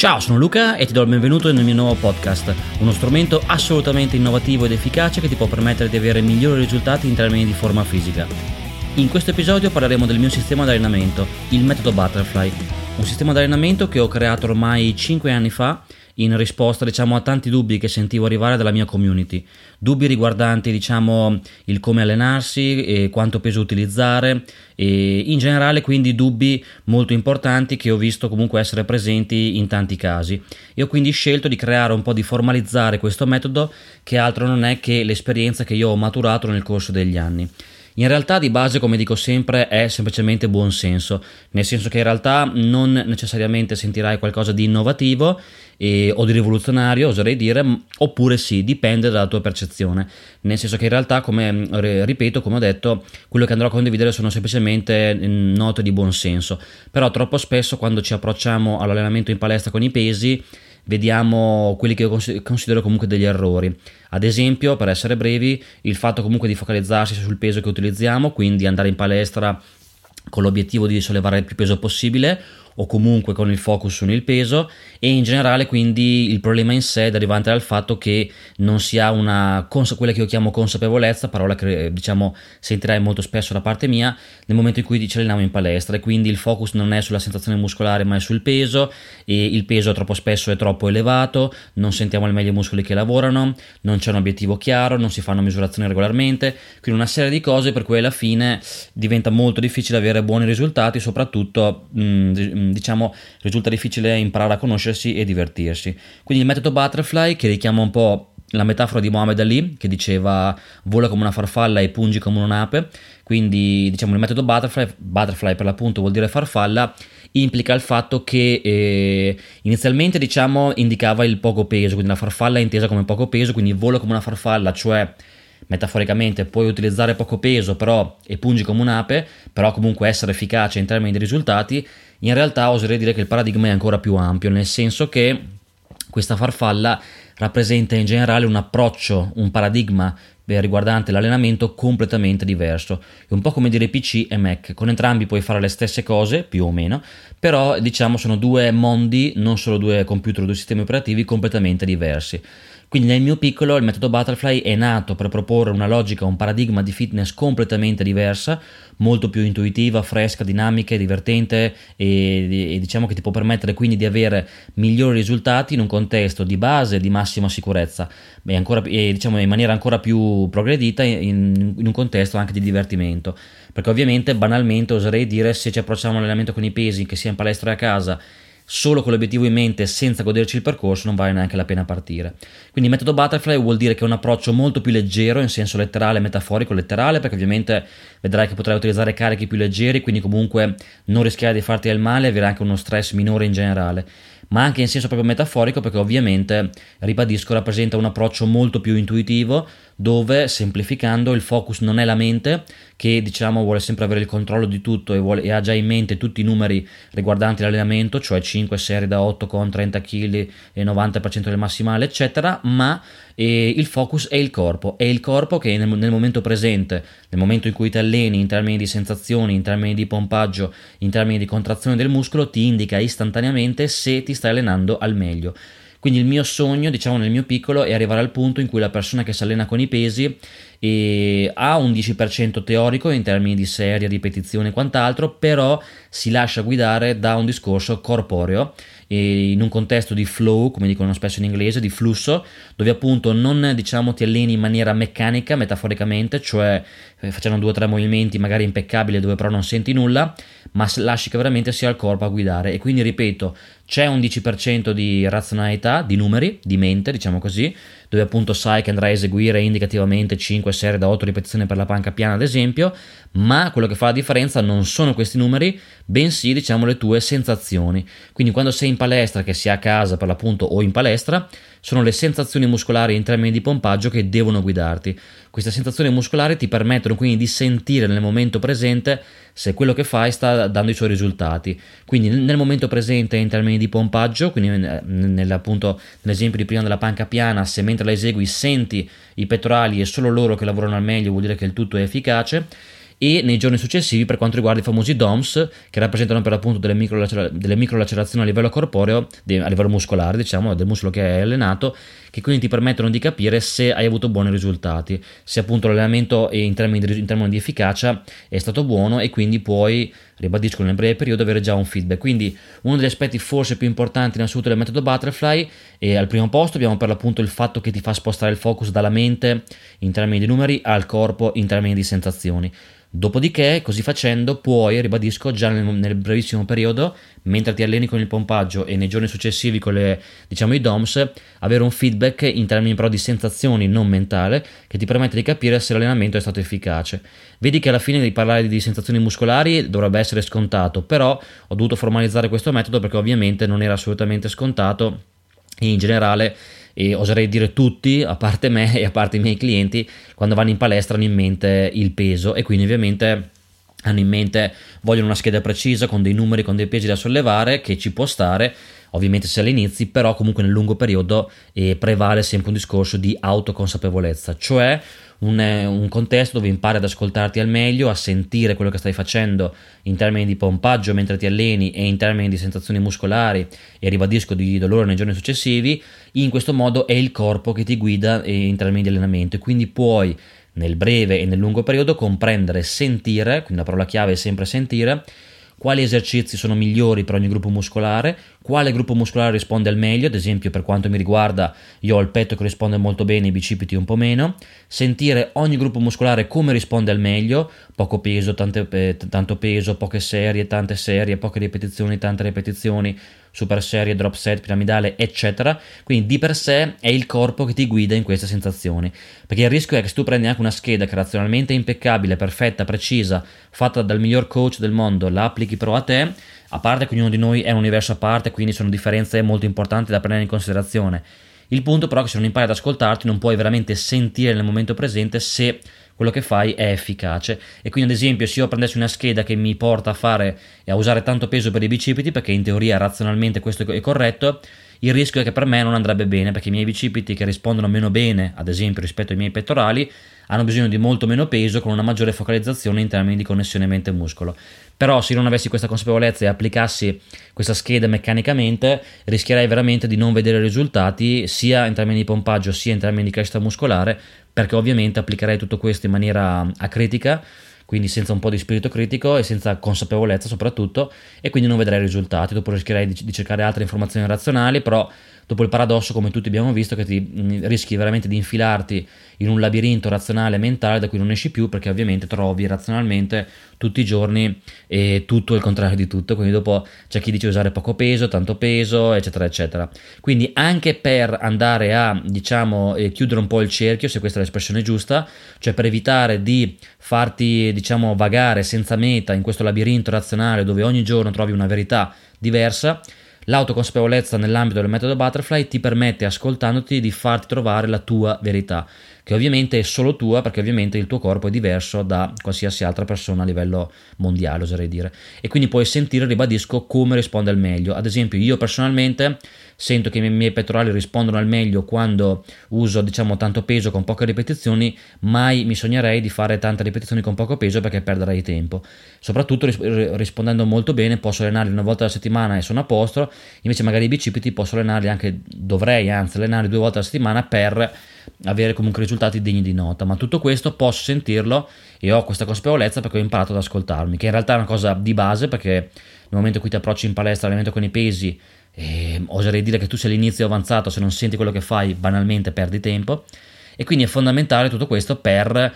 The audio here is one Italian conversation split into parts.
Ciao, sono Luca e ti do il benvenuto nel mio nuovo podcast, uno strumento assolutamente innovativo ed efficace che ti può permettere di avere migliori risultati in termini di forma fisica. In questo episodio parleremo del mio sistema di allenamento, il metodo Butterfly, un sistema di allenamento che ho creato ormai 5 anni fa in risposta a tanti dubbi che sentivo arrivare dalla mia community, dubbi riguardanti il come allenarsi e quanto peso utilizzare e in generale quindi dubbi molto importanti che ho visto comunque essere presenti in tanti casi e ho quindi scelto di creare un po' di formalizzare questo metodo che altro non è che l'esperienza che io ho maturato nel corso degli anni. In realtà di base, come dico sempre, è semplicemente buon senso, nel senso che in realtà non necessariamente sentirai qualcosa di innovativo o di rivoluzionario, oserei dire, oppure sì, dipende dalla tua percezione, nel senso che in realtà, come ripeto, come ho detto, quello che andrò a condividere sono semplicemente note di buon senso, però troppo spesso quando ci approcciamo all'allenamento in palestra con i pesi vediamo quelli che io considero comunque degli errori. Ad esempio, per essere brevi, il fatto comunque di focalizzarsi sul peso che utilizziamo, quindi andare in palestra con l'obiettivo di sollevare il più peso possibile o comunque con il focus sul peso, e in generale quindi il problema in sé derivante dal fatto che non si ha quella che io chiamo consapevolezza, parola che sentirai molto spesso da parte mia nel momento in cui ci alleniamo in palestra, e quindi il focus non è sulla sensazione muscolare ma è sul peso, e il peso troppo spesso è troppo elevato, non sentiamo al meglio i muscoli che lavorano, non c'è un obiettivo chiaro, non si fanno misurazioni regolarmente, quindi una serie di cose per cui alla fine diventa molto difficile avere buoni risultati, soprattutto risulta difficile imparare a conoscersi e divertirsi. Quindi il metodo Butterfly, che richiama un po' la metafora di Muhammad Ali, che diceva vola come una farfalla e pungi come un'ape, quindi il metodo Butterfly per l'appunto vuol dire farfalla, implica il fatto che inizialmente indicava il poco peso, quindi la farfalla è intesa come poco peso, quindi vola come una farfalla, cioè metaforicamente puoi utilizzare poco peso e pungi come un'ape, però comunque essere efficace in termini di risultati. In realtà oserei dire che il paradigma è ancora più ampio, nel senso che questa farfalla rappresenta in generale un approccio, un paradigma riguardante l'allenamento completamente diverso. È un po' come dire PC e Mac, con entrambi puoi fare le stesse cose, più o meno, però sono due mondi, non solo due computer o due sistemi operativi completamente diversi. Quindi nel mio piccolo il metodo Butterfly è nato per proporre una logica, un paradigma di fitness completamente diversa, molto più intuitiva, fresca, dinamica e divertente, e che ti può permettere quindi di avere migliori risultati in un contesto di base di massima sicurezza e in maniera ancora più progredita in un contesto anche di divertimento, perché ovviamente banalmente oserei dire, se ci approcciamo all'allenamento con i pesi, che sia in palestra o a casa, solo con l'obiettivo in mente senza goderci il percorso, non vale neanche la pena partire. Quindi il metodo Butterfly vuol dire che è un approccio molto più leggero in senso letterale, metaforico, letterale, perché ovviamente vedrai che potrai utilizzare carichi più leggeri, quindi comunque non rischiare di farti del male e avere anche uno stress minore in generale, ma anche in senso proprio metaforico, perché ovviamente, ribadisco, rappresenta un approccio molto più intuitivo, dove semplificando il focus non è la mente, che vuole sempre avere il controllo di tutto e ha già in mente tutti i numeri riguardanti l'allenamento, cioè 5 serie da 8 con 30 kg e 90% del massimale eccetera, ma il focus è il corpo che nel momento presente, nel momento in cui ti alleni, in termini di sensazioni, in termini di pompaggio, in termini di contrazione del muscolo, ti indica istantaneamente se ti stai allenando al meglio. Quindi il mio sogno, nel mio piccolo, è arrivare al punto in cui la persona che si allena con i pesi ha un 10% teorico in termini di serie, ripetizione e quant'altro, però si lascia guidare da un discorso corporeo in un contesto di flow, come dicono spesso in inglese, di flusso, dove appunto non ti alleni in maniera meccanica, metaforicamente, cioè facendo 2 o 3 movimenti magari impeccabili dove però non senti nulla, ma lasci che veramente sia il corpo a guidare. E quindi ripeto, c'è un 10% di razionalità, di numeri, di mente, così, dove appunto sai che andrai a eseguire indicativamente 5 serie da 8 ripetizioni per la panca piana ad esempio, ma quello che fa la differenza non sono questi numeri, bensì le tue sensazioni. Quindi quando sei in palestra, che sia a casa per l'appunto o in palestra, sono le sensazioni muscolari in termini di pompaggio che devono guidarti. Queste sensazioni muscolari ti permettono quindi di sentire nel momento presente se quello che fai sta dando i suoi risultati. Quindi nel momento presente in termini di pompaggio, quindi nell'esempio di prima della panca piana, se mentre la esegui senti i pettorali e solo loro che lavorano al meglio, vuol dire che il tutto è efficace. e nei giorni successivi per quanto riguarda i famosi DOMS, che rappresentano per l'appunto delle microlacerazioni a livello corporeo, a livello muscolare, diciamo, del muscolo che hai allenato, che quindi ti permettono di capire se hai avuto buoni risultati, se appunto l'allenamento in termini di efficacia è stato buono, e quindi puoi, ribadisco, nel breve periodo avere già un feedback. Quindi uno degli aspetti forse più importanti in assoluto del metodo Butterfly, e al primo posto abbiamo per l'appunto il fatto che ti fa spostare il focus dalla mente in termini di numeri al corpo in termini di sensazioni. Dopodiché, così facendo, puoi, ribadisco, già nel brevissimo periodo, mentre ti alleni con il pompaggio e nei giorni successivi con i DOMS, avere un feedback in termini però di sensazioni, non mentale, che ti permette di capire se l'allenamento è stato efficace. Vedi che alla fine di parlare di sensazioni muscolari dovrebbe essere scontato, però ho dovuto formalizzare questo metodo perché ovviamente non era assolutamente scontato, e in generale, e oserei dire tutti, a parte me e a parte i miei clienti, quando vanno in palestra hanno in mente il peso, e quindi ovviamente vogliono una scheda precisa con dei numeri, con dei pesi da sollevare, che ci può stare ovviamente se all'inizio, però comunque nel lungo periodo prevale sempre un discorso di autoconsapevolezza, cioè un contesto dove impari ad ascoltarti al meglio, a sentire quello che stai facendo in termini di pompaggio mentre ti alleni e in termini di sensazioni muscolari, e ribadisco di dolore nei giorni successivi. In questo modo è il corpo che ti guida in termini di allenamento, e quindi puoi nel breve e nel lungo periodo comprendere, sentire, quindi la parola chiave è sempre sentire, quali esercizi sono migliori per ogni gruppo muscolare, quale gruppo muscolare risponde al meglio. Ad esempio, per quanto mi riguarda, io ho il petto che risponde molto bene, i bicipiti un po' meno. Sentire ogni gruppo muscolare come risponde al meglio: poco peso, tanto peso, poche serie, tante serie, poche ripetizioni, tante ripetizioni, super serie, drop set, piramidale, eccetera. Quindi di per sé è il corpo che ti guida in queste sensazioni, perché il rischio è che se tu prendi anche una scheda che razionalmente è impeccabile, perfetta, precisa, fatta dal miglior coach del mondo, la applichi però a te, a parte che ognuno di noi è un universo a parte, quindi sono differenze molto importanti da prendere in considerazione. Il punto però è che se non impari ad ascoltarti non puoi veramente sentire nel momento presente se quello che fai è efficace. E quindi, ad esempio, se io prendessi una scheda che mi porta a fare e a usare tanto peso per i bicipiti, perché in teoria razionalmente questo è corretto, il rischio è che per me non andrebbe bene, perché i miei bicipiti, che rispondono meno bene ad esempio rispetto ai miei pettorali, hanno bisogno di molto meno peso con una maggiore focalizzazione in termini di connessione mente-muscolo. Però se io non avessi questa consapevolezza e applicassi questa scheda meccanicamente, rischierei veramente di non vedere risultati sia in termini di pompaggio sia in termini di crescita muscolare, perché ovviamente applicherei tutto questo in maniera acritica, quindi senza un po' di spirito critico e senza consapevolezza soprattutto, e quindi non vedrei risultati. Dopo rischierei di cercare altre informazioni razionali, però dopo il paradosso, come tutti abbiamo visto, che ti rischi veramente di infilarti in un labirinto razionale e mentale da cui non esci più, perché ovviamente trovi razionalmente tutti i giorni e tutto il contrario di tutto. Quindi dopo c'è chi dice usare poco peso, tanto peso, eccetera eccetera. Quindi anche per andare a chiudere un po' il cerchio, se questa è l'espressione giusta, cioè per evitare di farti vagare senza meta in questo labirinto razionale dove ogni giorno trovi una verità diversa, l'autoconsapevolezza nell'ambito del metodo Butterfly ti permette, ascoltandoti, di farti trovare la tua verità, che ovviamente è solo tua, perché ovviamente il tuo corpo è diverso da qualsiasi altra persona a livello mondiale, oserei dire, e quindi puoi sentire, ribadisco, come risponde al meglio. Ad esempio, io personalmente sento che i miei pettorali rispondono al meglio quando uso tanto peso con poche ripetizioni. Mai mi sognerei di fare tante ripetizioni con poco peso, perché perderei tempo. Soprattutto rispondendo molto bene posso allenarli una volta alla settimana e sono a posto, invece magari i bicipiti posso allenarli dovrei allenarli 2 volte alla settimana per avere comunque risultati degni di nota. Ma tutto questo posso sentirlo e ho questa consapevolezza perché ho imparato ad ascoltarmi, che in realtà è una cosa di base, perché nel momento in cui ti approcci in palestra allenamento con i pesi, oserei dire che tu sei all'inizio avanzato, se non senti quello che fai banalmente perdi tempo. E quindi è fondamentale tutto questo per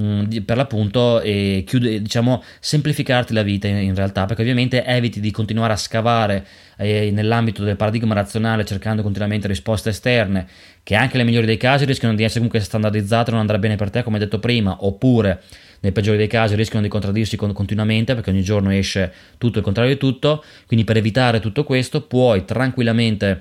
l'appunto semplificarti la vita in realtà, perché ovviamente eviti di continuare a scavare nell'ambito del paradigma razionale cercando continuamente risposte esterne, che anche nel migliore dei casi rischiano di essere comunque standardizzate e non andrà bene per te, come detto prima, oppure nel peggiore dei casi rischiano di contraddirsi continuamente, perché ogni giorno esce tutto il contrario di tutto. Quindi per evitare tutto questo puoi tranquillamente,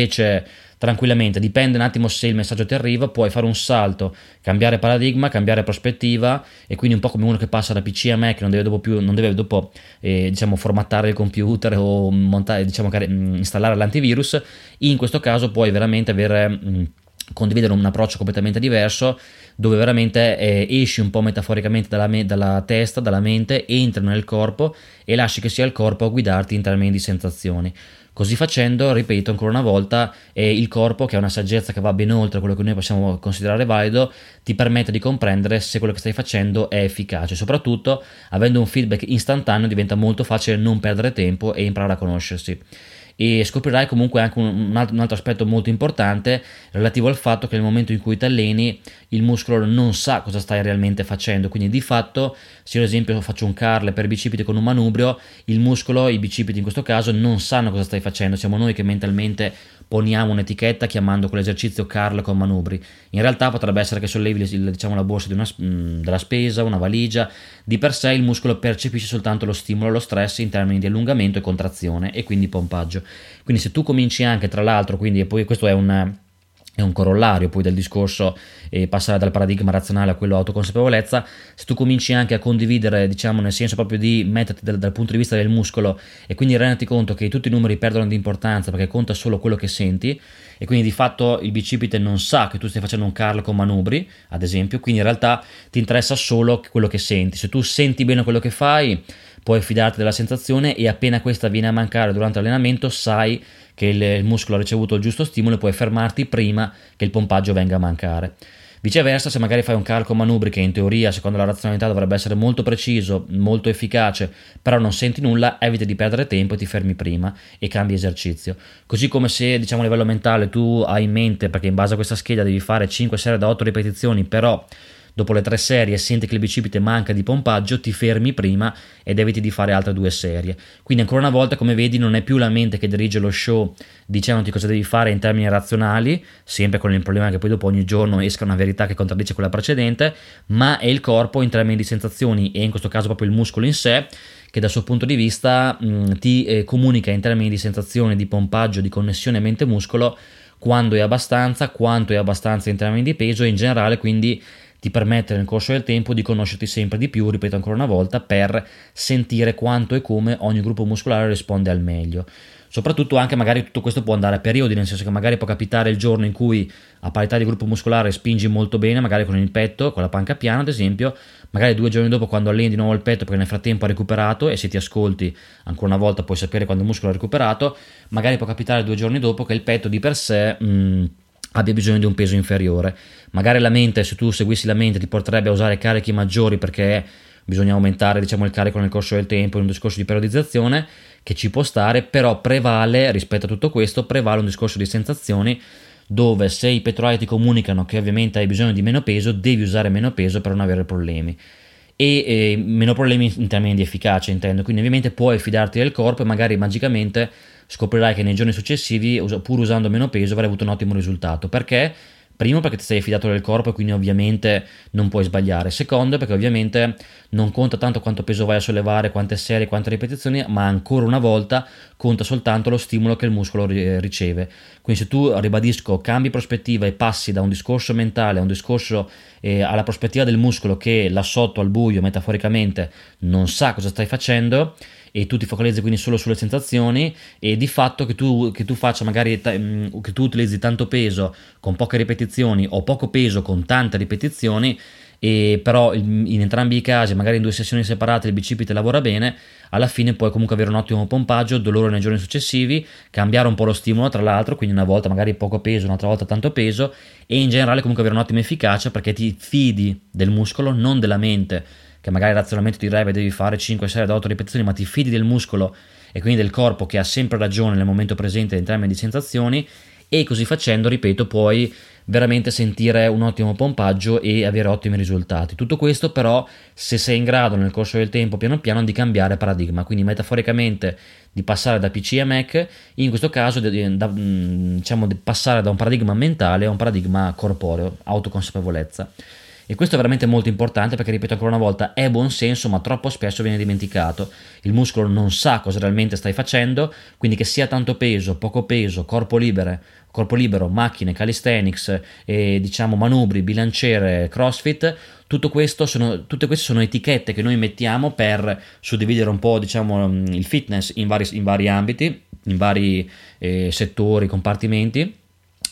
dipende un attimo se il messaggio ti arriva, puoi fare un salto, cambiare paradigma, cambiare prospettiva, e quindi un po' come uno che passa da PC a Mac, non deve dopo formattare il computer o montare, installare l'antivirus. In questo caso puoi veramente avere condividere un approccio completamente diverso, dove veramente esci un po' metaforicamente dalla testa, dalla mente, entri nel corpo e lasci che sia il corpo a guidarti in termini di sensazioni. Così facendo, ripeto ancora una volta, il corpo, che ha una saggezza che va ben oltre quello che noi possiamo considerare valido, ti permette di comprendere se quello che stai facendo è efficace. Soprattutto, avendo un feedback istantaneo, diventa molto facile non perdere tempo e imparare a conoscersi. E scoprirai comunque anche un altro aspetto molto importante relativo al fatto che nel momento in cui ti alleni il muscolo non sa cosa stai realmente facendo, quindi di fatto se io ad esempio faccio un curl per bicipiti con un manubrio, il muscolo, i bicipiti in questo caso, non sanno cosa stai facendo, siamo noi che mentalmente poniamo un'etichetta chiamando quell'esercizio curl con manubri. In realtà potrebbe essere che sollevi diciamo, la borsa della spesa, una valigia. Di per sé il muscolo percepisce soltanto lo stimolo, lo stress in termini di allungamento e contrazione e quindi pompaggio. Quindi se tu cominci anche, tra l'altro, quindi e poi questo è un corollario poi del discorso passare dal paradigma razionale a quello autoconsapevolezza, se tu cominci anche a condividere, diciamo nel senso proprio di metterti dal punto di vista del muscolo e quindi renderti conto che tutti i numeri perdono di importanza perché conta solo quello che senti, e quindi di fatto il bicipite non sa che tu stai facendo un curl con manubri, ad esempio, quindi in realtà ti interessa solo quello che senti. Se tu senti bene quello che fai, puoi fidarti della sensazione e appena questa viene a mancare durante l'allenamento sai che il muscolo ha ricevuto il giusto stimolo e puoi fermarti prima che il pompaggio venga a mancare. Viceversa, se magari fai un calco manubri che in teoria secondo la razionalità dovrebbe essere molto preciso, molto efficace, però non senti nulla, eviti di perdere tempo e ti fermi prima e cambi esercizio. Così come se diciamo a livello mentale tu hai in mente, perché in base a questa scheda devi fare 5 serie da 8 ripetizioni, però dopo le 3 serie senti che il bicipite manca di pompaggio, ti fermi prima ed eviti di fare altre 2 serie. Quindi ancora una volta, come vedi, non è più la mente che dirige lo show dicendoti cosa devi fare in termini razionali, sempre con il problema che poi dopo ogni giorno esca una verità che contraddice quella precedente, ma è il corpo in termini di sensazioni e in questo caso proprio il muscolo in sé che dal suo punto di vista ti comunica in termini di sensazioni, di pompaggio, di connessione mente-muscolo quando è abbastanza, quanto è abbastanza in termini di peso e in generale quindi ti permette nel corso del tempo di conoscerti sempre di più, ripeto ancora una volta, per sentire quanto e come ogni gruppo muscolare risponde al meglio. Soprattutto anche magari tutto questo può andare a periodi, nel senso che magari può capitare il giorno in cui a parità di gruppo muscolare spingi molto bene, magari con il petto, con la panca piana ad esempio, magari 2 giorni dopo quando alleni di nuovo il petto perché nel frattempo ha recuperato, e se ti ascolti ancora una volta puoi sapere quando il muscolo ha recuperato, magari può capitare 2 giorni dopo che il petto di per sé abbia bisogno di un peso inferiore. Magari la mente, se tu seguissi la mente, ti porterebbe a usare carichi maggiori perché bisogna aumentare diciamo il carico nel corso del tempo in un discorso di periodizzazione che ci può stare, però prevale rispetto a tutto questo, prevale un discorso di sensazioni dove se i pettorali ti comunicano che ovviamente hai bisogno di meno peso, devi usare meno peso per non avere problemi e meno problemi in termini di efficacia intendo, quindi ovviamente puoi fidarti del corpo e magari magicamente scoprirai che nei giorni successivi, pur usando meno peso, avrai avuto un ottimo risultato. Perché? Primo, perché ti sei fidato del corpo e quindi ovviamente non puoi sbagliare. Secondo, perché ovviamente non conta tanto quanto peso vai a sollevare, quante serie, quante ripetizioni, ma ancora una volta conta soltanto lo stimolo che il muscolo riceve. Quindi se tu, ribadisco, cambi prospettiva e passi da un discorso mentale a un discorso alla prospettiva del muscolo che là sotto al buio, metaforicamente, non sa cosa stai facendo, e tu ti focalizzi quindi solo sulle sensazioni, e di fatto che tu faccia magari che tu utilizzi tanto peso con poche ripetizioni o poco peso con tante ripetizioni, e però in entrambi i casi magari in 2 sessioni separate il bicipite lavora bene, alla fine puoi comunque avere un ottimo pompaggio, dolore nei giorni successivi, cambiare un po' lo stimolo tra l'altro, quindi una volta magari poco peso, un'altra volta tanto peso, e in generale comunque avere un'ottima efficacia perché ti fidi del muscolo, non della mente che magari razionalmente ti direbbe devi fare 5, 6 da 8 ripetizioni, ma ti fidi del muscolo e quindi del corpo che ha sempre ragione nel momento presente in termini di sensazioni, e così facendo, ripeto, puoi veramente sentire un ottimo pompaggio e avere ottimi risultati. Tutto questo però se sei in grado nel corso del tempo piano piano di cambiare paradigma, quindi metaforicamente di passare da PC a Mac, in questo caso diciamo di passare da un paradigma mentale a un paradigma corporeo, autoconsapevolezza. E questo è veramente molto importante perché, ripeto ancora una volta, è buon senso ma troppo spesso viene dimenticato. Il muscolo non sa cosa realmente stai facendo, quindi che sia tanto peso, poco peso, corpo libero, macchine, calisthenics, diciamo manubri, bilanciere, crossfit, tutte queste sono etichette che noi mettiamo per suddividere un po' diciamo il fitness in vari ambiti, in vari settori, compartimenti,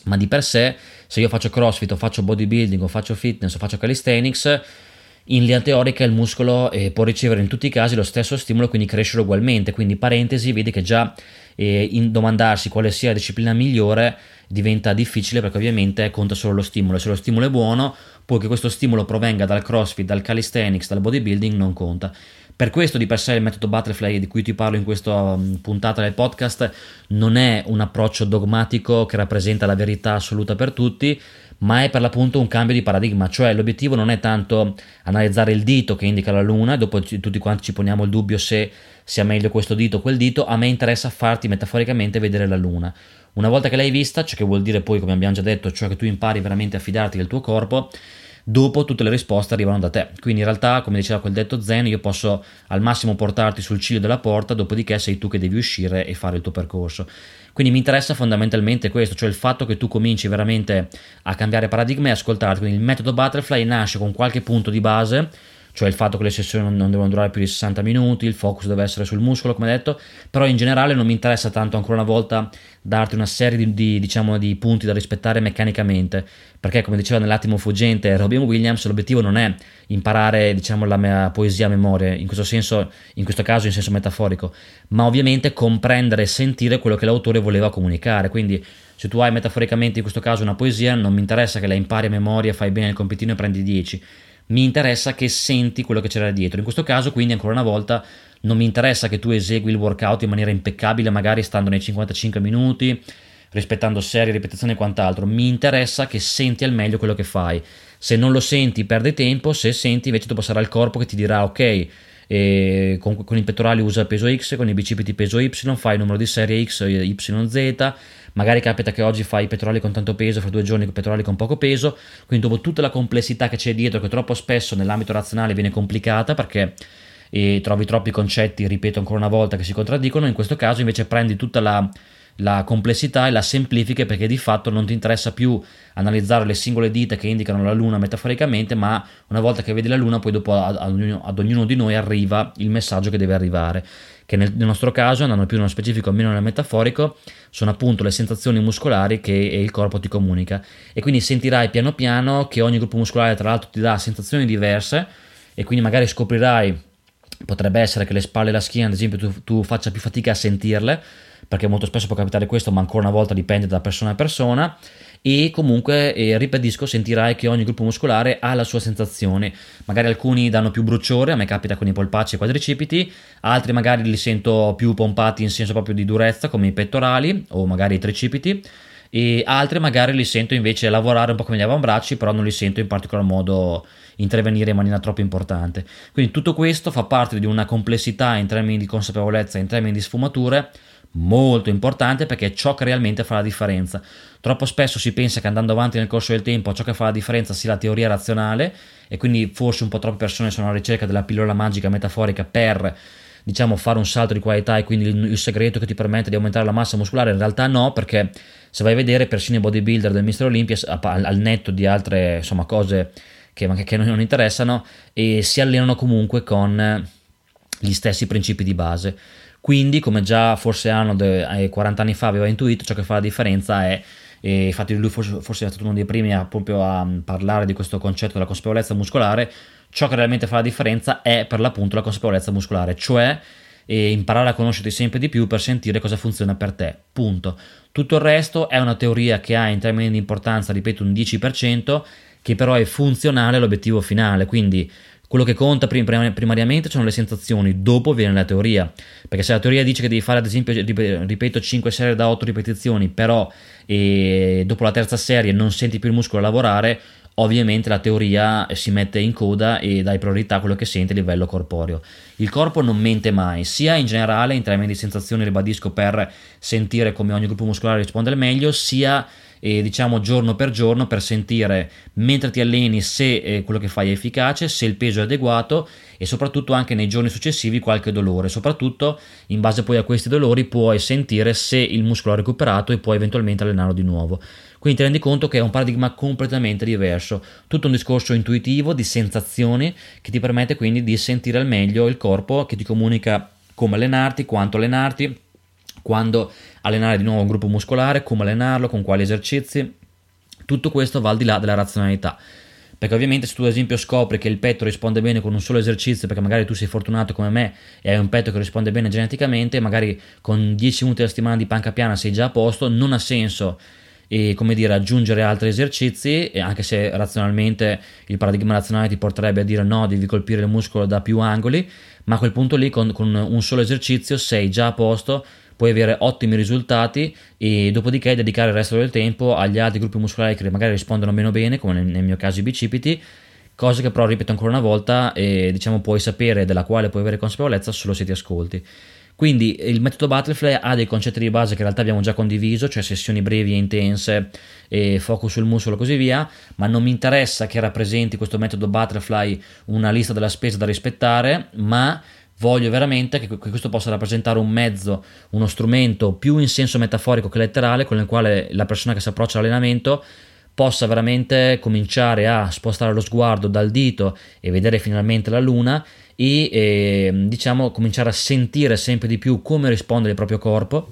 ma di per sé, se io faccio CrossFit o faccio bodybuilding o faccio fitness o faccio calisthenics, in linea teorica il muscolo può ricevere in tutti i casi lo stesso stimolo, quindi crescere ugualmente. Quindi parentesi, vedi che già in domandarsi quale sia la disciplina migliore diventa difficile, perché ovviamente conta solo lo stimolo. Se lo stimolo è buono, poi che questo stimolo provenga dal CrossFit, dal calisthenics, dal bodybuilding non conta. Per questo di per sé il metodo Butterfly di cui ti parlo in questa puntata del podcast non è un approccio dogmatico che rappresenta la verità assoluta per tutti, ma è per l'appunto un cambio di paradigma. Cioè l'obiettivo non è tanto analizzare il dito che indica la luna, dopo tutti quanti ci poniamo il dubbio se sia meglio questo dito o quel dito. A me interessa farti metaforicamente vedere la luna. Una volta che l'hai vista, ciò che vuol dire poi, come abbiamo già detto, cioè che tu impari veramente a fidarti del tuo corpo, dopo tutte le risposte arrivano da te. Quindi in realtà, come diceva quel detto zen, io posso al massimo portarti sul ciglio della porta, dopodiché sei tu che devi uscire e fare il tuo percorso. Quindi mi interessa fondamentalmente questo, cioè il fatto che tu cominci veramente a cambiare paradigma e ascoltarti. Quindi il metodo Butterfly nasce con qualche punto di base, cioè il fatto che le sessioni non devono durare più di 60 minuti, il focus deve essere sul muscolo, come detto, però in generale non mi interessa tanto, ancora una volta, darti una serie di punti da rispettare meccanicamente, perché come diceva nell'attimo fuggente Robin Williams, l'obiettivo non è imparare, diciamo, la mia poesia a memoria, in questo senso, in questo caso in senso metaforico, ma ovviamente comprendere e sentire quello che l'autore voleva comunicare. Quindi se tu hai metaforicamente in questo caso una poesia, non mi interessa che la impari a memoria, fai bene il compitino e prendi 10, mi interessa che senti quello che c'era dietro. In questo caso, quindi, ancora una volta, non mi interessa che tu esegui il workout in maniera impeccabile, magari stando nei 55 minuti, rispettando serie, ripetizioni e quant'altro. Mi interessa che senti al meglio quello che fai. Se non lo senti, perdi tempo. Se senti, invece, dopo sarà il corpo che ti dirà: ok, con i pettorali usa peso X, con i bicipiti peso Y, fai il numero di serie X, YZ. Magari capita che oggi fai i pettorali con tanto peso, fra 2 giorni i pettorali con poco peso. Quindi dopo tutta la complessità che c'è dietro, che troppo spesso nell'ambito razionale viene complicata perché trovi troppi concetti, ripeto ancora una volta, che si contraddicono, in questo caso invece prendi tutta la complessità e la semplifichi, perché di fatto non ti interessa più analizzare le singole dita che indicano la luna metaforicamente, ma una volta che vedi la luna, poi dopo ad ognuno di noi arriva il messaggio che deve arrivare, che nel nostro caso, andando più nello specifico, meno nel metaforico, sono appunto le sensazioni muscolari che il corpo ti comunica. E quindi sentirai piano piano che ogni gruppo muscolare tra l'altro ti dà sensazioni diverse, e quindi magari scoprirai, potrebbe essere che le spalle e la schiena ad esempio tu faccia più fatica a sentirle, perché molto spesso può capitare questo, ma ancora una volta dipende da persona a persona. E comunque ribadisco, sentirai che ogni gruppo muscolare ha la sua sensazione. Magari alcuni danno più bruciore, a me capita con i polpacci e i quadricipiti, altri magari li sento più pompati in senso proprio di durezza, come i pettorali o magari i tricipiti, e altri magari li sento invece lavorare un po' come gli avambracci, però non li sento in particolar modo intervenire in maniera troppo importante. Quindi tutto questo fa parte di una complessità in termini di consapevolezza, in termini di sfumature, molto importante, perché è ciò che realmente fa la differenza. Troppo spesso si pensa che andando avanti nel corso del tempo ciò che fa la differenza sia la teoria razionale, e quindi forse un po' troppe persone sono alla ricerca della pillola magica metaforica per, diciamo, fare un salto di qualità, e quindi il segreto che ti permette di aumentare la massa muscolare. In realtà no, perché se vai a vedere persino i bodybuilder del Mr. Olympia, al netto di altre, insomma, cose che non interessano, e si allenano comunque con gli stessi principi di base. Quindi, come già forse Arnold 40 anni fa aveva intuito, ciò che fa la differenza è, e infatti lui forse è stato uno dei primi proprio a parlare di questo concetto della consapevolezza muscolare, ciò che realmente fa la differenza è per l'appunto la consapevolezza muscolare, cioè imparare a conoscerti sempre di più per sentire cosa funziona per te, punto. Tutto il resto è una teoria che ha in termini di importanza, ripeto, un 10%, che però è funzionale all'obiettivo finale. Quindi quello che conta primariamente sono le sensazioni, dopo viene la teoria, perché se la teoria dice che devi fare ad esempio, ripeto, 5 serie da 8 ripetizioni, però dopo la terza serie non senti più il muscolo lavorare, ovviamente la teoria si mette in coda e dai priorità a quello che senti a livello corporeo. Il corpo non mente mai, sia in generale in termini di sensazioni, ribadisco, per sentire come ogni gruppo muscolare risponde al meglio, sia diciamo giorno per giorno, per sentire mentre ti alleni se quello che fai è efficace, se il peso è adeguato, e soprattutto anche nei giorni successivi qualche dolore. Soprattutto in base poi a questi dolori puoi sentire se il muscolo ha recuperato e puoi eventualmente allenarlo di nuovo. Quindi ti rendi conto che è un paradigma completamente diverso, tutto un discorso intuitivo di sensazioni che ti permette quindi di sentire al meglio il corpo, che ti comunica come allenarti, quanto allenarti, quando allenare di nuovo un gruppo muscolare, come allenarlo, con quali esercizi. Tutto questo va al di là della razionalità, perché ovviamente se tu ad esempio scopri che il petto risponde bene con un solo esercizio, perché magari tu sei fortunato come me e hai un petto che risponde bene geneticamente, magari con 10 minuti alla settimana di panca piana sei già a posto, non ha senso aggiungere altri esercizi, e anche se razionalmente il paradigma razionale ti porterebbe a dire no, devi colpire il muscolo da più angoli, ma a quel punto lì con un solo esercizio sei già a posto, puoi avere ottimi risultati e dopodiché dedicare il resto del tempo agli altri gruppi muscolari che magari rispondono meno bene, come nel mio caso i bicipiti, cosa che però, ripeto ancora una volta, puoi sapere, della quale puoi avere consapevolezza solo se ti ascolti. Quindi il metodo Butterfly ha dei concetti di base che in realtà abbiamo già condiviso, cioè sessioni brevi e intense, e focus sul muscolo e così via, ma non mi interessa che rappresenti questo metodo Butterfly una lista della spesa da rispettare, ma voglio veramente che questo possa rappresentare un mezzo, uno strumento più in senso metaforico che letterale, con il quale la persona che si approccia all'allenamento possa veramente cominciare a spostare lo sguardo dal dito e vedere finalmente la luna e cominciare a sentire sempre di più come risponde il proprio corpo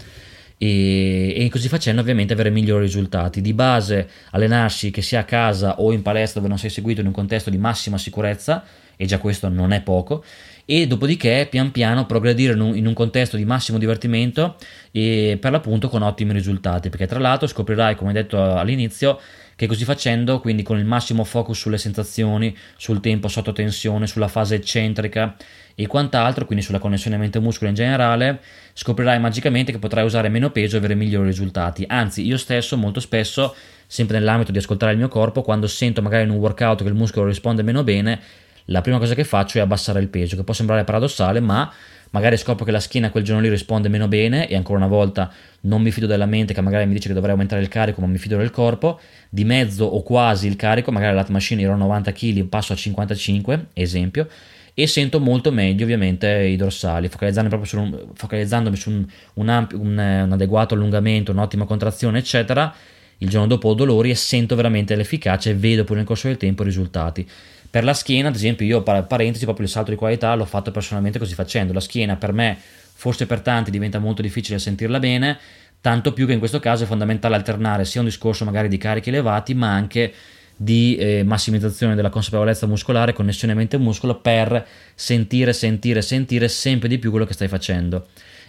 e così facendo ovviamente avere migliori risultati. Di base allenarsi, che sia a casa o in palestra dove non sei seguito, in un contesto di massima sicurezza, e già questo non è poco, e dopodiché pian piano progredire in un contesto di massimo divertimento e per l'appunto con ottimi risultati, perché tra l'altro scoprirai, come detto all'inizio, che così facendo, quindi con il massimo focus sulle sensazioni, sul tempo sotto tensione, sulla fase eccentrica e quant'altro, quindi sulla connessione mente-muscolo in generale, scoprirai magicamente che potrai usare meno peso e avere migliori risultati. Anzi, io stesso molto spesso, sempre nell'ambito di ascoltare il mio corpo, quando sento magari in un workout che il muscolo risponde meno bene, la prima cosa che faccio è abbassare il peso, che può sembrare paradossale, ma magari scopro che la schiena quel giorno lì risponde meno bene e ancora una volta non mi fido della mente che magari mi dice che dovrei aumentare il carico, ma mi fido del corpo, di mezzo o quasi il carico, magari la lat machine ero a 90 kg, passo a 55, esempio, e sento molto meglio ovviamente i dorsali, focalizzandomi su un adeguato allungamento, un'ottima contrazione, eccetera. Il giorno dopo ho dolori e sento veramente l'efficacia e vedo poi nel corso del tempo i risultati. Per la schiena, ad esempio, io parentesi, proprio il salto di qualità l'ho fatto personalmente così facendo. La schiena per me, forse per tanti, diventa molto difficile sentirla bene, tanto più che in questo caso è fondamentale alternare sia un discorso magari di carichi elevati, ma anche di massimizzazione della consapevolezza muscolare, connessione mente-muscolo, per sentire sempre di più quello che stai facendo.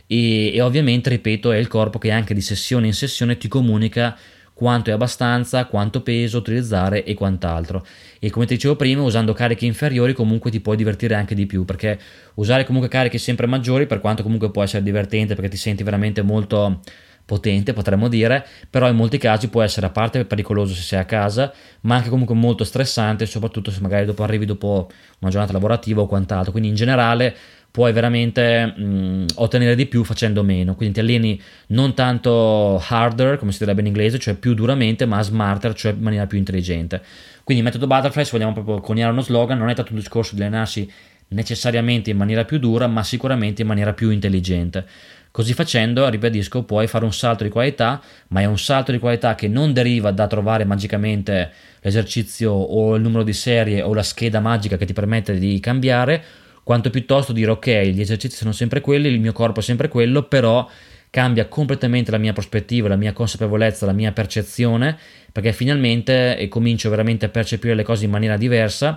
E ovviamente, ripeto, è il corpo che anche di sessione in sessione ti comunica quanto è abbastanza, quanto peso utilizzare e quant'altro. E come ti dicevo prima, usando carichi inferiori comunque ti puoi divertire anche di più, perché usare comunque carichi sempre maggiori, per quanto comunque può essere divertente perché ti senti veramente molto potente, potremmo dire, però in molti casi può essere, a parte pericoloso se sei a casa, ma anche comunque molto stressante, soprattutto se magari arrivi dopo una giornata lavorativa o quant'altro. Quindi in generale puoi veramente ottenere di più facendo meno, quindi ti alleni non tanto harder, come si direbbe in inglese, cioè più duramente, ma smarter, cioè in maniera più intelligente. Quindi il metodo Butterfly, se vogliamo proprio coniare uno slogan, non è tanto un discorso di allenarsi necessariamente in maniera più dura, ma sicuramente in maniera più intelligente. Così facendo, ribadisco, puoi fare un salto di qualità, ma è un salto di qualità che non deriva da trovare magicamente l'esercizio o il numero di serie o la scheda magica che ti permette di cambiare, quanto piuttosto dire ok, gli esercizi sono sempre quelli, il mio corpo è sempre quello, però cambia completamente la mia prospettiva, la mia consapevolezza, la mia percezione, perché finalmente comincio veramente a percepire le cose in maniera diversa.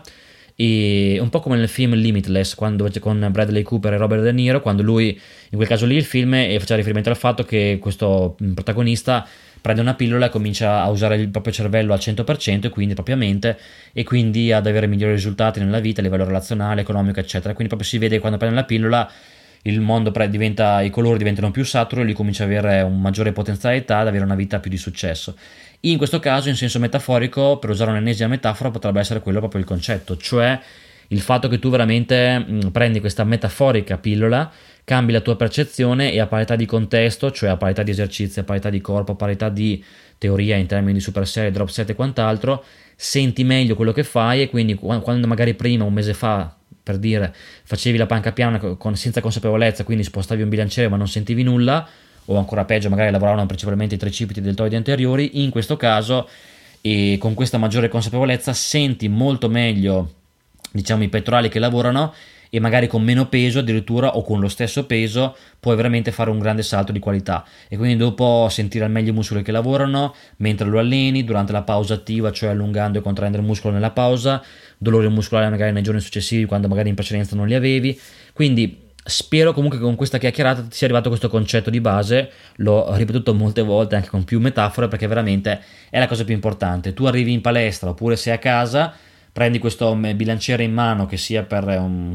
E un po' come nel film Limitless, quando con Bradley Cooper e Robert De Niro, quando lui, in quel caso lì il film faceva riferimento al fatto che questo protagonista prende una pillola e comincia a usare il proprio cervello al 100% e quindi propriamente, e quindi ad avere migliori risultati nella vita a livello relazionale, economico, eccetera. Quindi proprio si vede che quando prende la pillola il mondo i colori diventano più saturi e lui comincia ad avere una maggiore potenzialità, ad avere una vita più di successo. In questo caso, in senso metaforico, per usare un'ennesima metafora, potrebbe essere quello proprio il concetto, cioè il fatto che tu veramente prendi questa metaforica pillola, cambi la tua percezione e a parità di contesto, cioè a parità di esercizio, a parità di corpo, a parità di teoria in termini di super serie, drop set e quant'altro, senti meglio quello che fai, e quindi quando magari prima, un mese fa, per dire, facevi la panca piana senza consapevolezza, quindi spostavi un bilanciere ma non sentivi nulla, o ancora peggio magari lavoravano principalmente i tricipiti e i deltoidi anteriori, in questo caso e con questa maggiore consapevolezza senti molto meglio, diciamo, i pettorali che lavorano e magari con meno peso addirittura o con lo stesso peso puoi veramente fare un grande salto di qualità e quindi dopo sentire al meglio i muscoli che lavorano mentre lo alleni, durante la pausa attiva, cioè allungando e contraendo il muscolo nella pausa, dolori muscolari magari nei giorni successivi quando magari in precedenza non li avevi. Quindi spero comunque che con questa chiacchierata ti sia arrivato questo concetto di base, l'ho ripetuto molte volte anche con più metafore perché veramente è la cosa più importante. Tu arrivi in palestra oppure sei a casa, prendi questo bilanciere in mano che sia per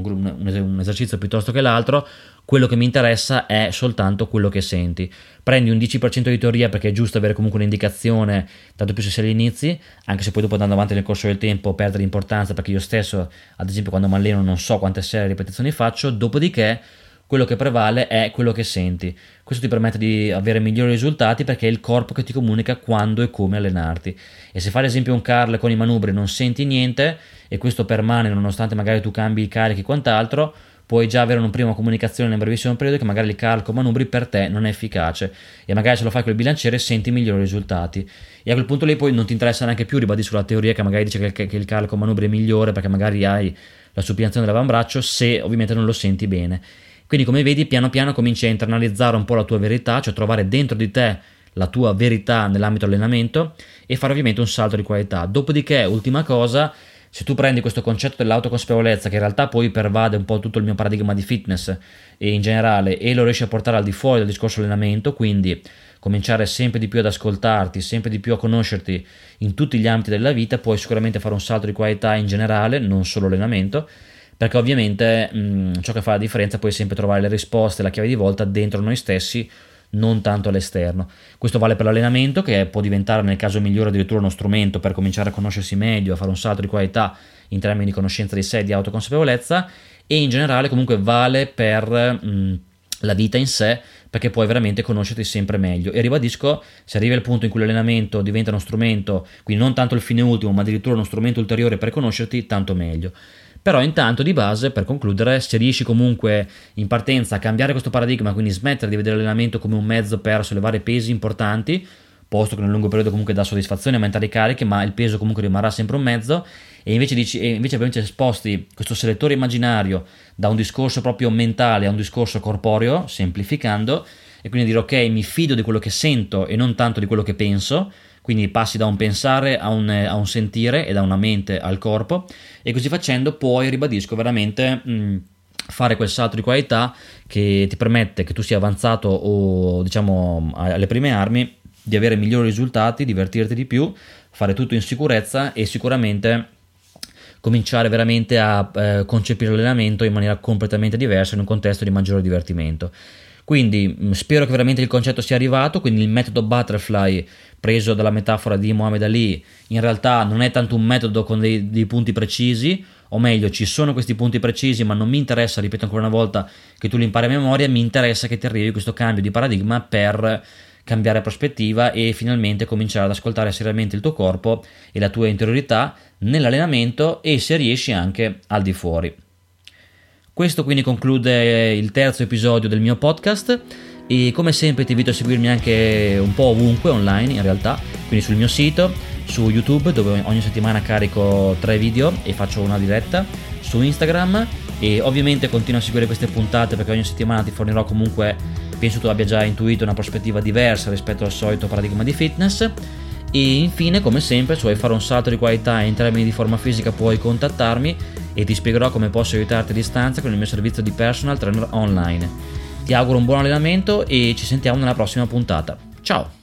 un esercizio piuttosto che l'altro, quello che mi interessa è soltanto quello che senti. Prendi un 10% di teoria perché è giusto avere comunque un'indicazione, tanto più se sei agli inizi, anche se poi dopo andando avanti nel corso del tempo perde l'importanza, perché io stesso ad esempio quando mi alleno non so quante serie di ripetizioni faccio. Dopodiché quello che prevale è quello che senti. Questo ti permette di avere migliori risultati perché è il corpo che ti comunica quando e come allenarti. E se fai ad esempio un curl con i manubri e non senti niente e questo permane nonostante magari tu cambi i carichi e quant'altro, puoi già avere una prima comunicazione nel brevissimo periodo che magari il curl con manubri per te non è efficace e magari se lo fai con il bilanciere senti migliori risultati e a quel punto lì poi non ti interessa neanche più ribadire sulla teoria che magari dice che il curl con manubri è migliore perché magari hai la supinazione dell'avambraccio, se ovviamente non lo senti bene. Quindi come vedi piano piano cominci a internalizzare un po' la tua verità, cioè trovare dentro di te la tua verità nell'ambito allenamento e fare ovviamente un salto di qualità. Dopodiché, ultima cosa, se tu prendi questo concetto dell'autoconsapevolezza che in realtà poi pervade un po' tutto il mio paradigma di fitness e in generale e lo riesci a portare al di fuori del discorso allenamento, quindi cominciare sempre di più ad ascoltarti, sempre di più a conoscerti in tutti gli ambiti della vita, puoi sicuramente fare un salto di qualità in generale, non solo allenamento, perché ovviamente ciò che fa la differenza poi è sempre trovare le risposte, la chiave di volta dentro noi stessi, non tanto all'esterno. Questo vale per l'allenamento, che può diventare nel caso migliore addirittura uno strumento per cominciare a conoscersi meglio, a fare un salto di qualità in termini di conoscenza di sé, di autoconsapevolezza, e in generale comunque vale per la vita in sé, perché puoi veramente conoscerti sempre meglio. E ribadisco, se arrivi al punto in cui l'allenamento diventa uno strumento, quindi non tanto il fine ultimo ma addirittura uno strumento ulteriore per conoscerti, tanto meglio. Però intanto di base, per concludere, se riesci comunque in partenza a cambiare questo paradigma, quindi smettere di vedere l'allenamento come un mezzo per sollevare pesi importanti, posto che nel lungo periodo comunque dà soddisfazione e aumenta le cariche, ma il peso comunque rimarrà sempre un mezzo, e invece sposti questo selettore immaginario da un discorso proprio mentale a un discorso corporeo, semplificando, e quindi dire ok, mi fido di quello che sento e non tanto di quello che penso, quindi passi da un pensare a un sentire e da una mente al corpo, e così facendo puoi, ribadisco, veramente fare quel salto di qualità che ti permette, che tu sia avanzato o diciamo alle prime armi, di avere migliori risultati, divertirti di più, fare tutto in sicurezza e sicuramente cominciare veramente a concepire l'allenamento in maniera completamente diversa in un contesto di maggiore divertimento. Quindi spero che veramente il concetto sia arrivato. Quindi il metodo Butterfly, preso dalla metafora di Muhammad Ali, in realtà non è tanto un metodo con dei punti precisi, o meglio ci sono questi punti precisi, ma non mi interessa, ripeto ancora una volta, che tu li impari a memoria, mi interessa che ti arrivi questo cambio di paradigma per cambiare prospettiva e finalmente cominciare ad ascoltare seriamente il tuo corpo e la tua interiorità nell'allenamento, e se riesci anche al di fuori. Questo quindi conclude il terzo episodio del mio podcast, e come sempre ti invito a seguirmi anche un po' ovunque online in realtà, quindi sul mio sito, su YouTube dove ogni settimana carico 3 video e faccio una diretta, su Instagram, e ovviamente continuo a seguire queste puntate perché ogni settimana ti fornirò comunque, penso tu abbia già intuito, una prospettiva diversa rispetto al solito paradigma di fitness. E infine, come sempre, se vuoi fare un salto di qualità in termini di forma fisica puoi contattarmi e ti spiegherò come posso aiutarti a distanza con il mio servizio di personal trainer online. Ti auguro un buon allenamento e ci sentiamo nella prossima puntata. Ciao!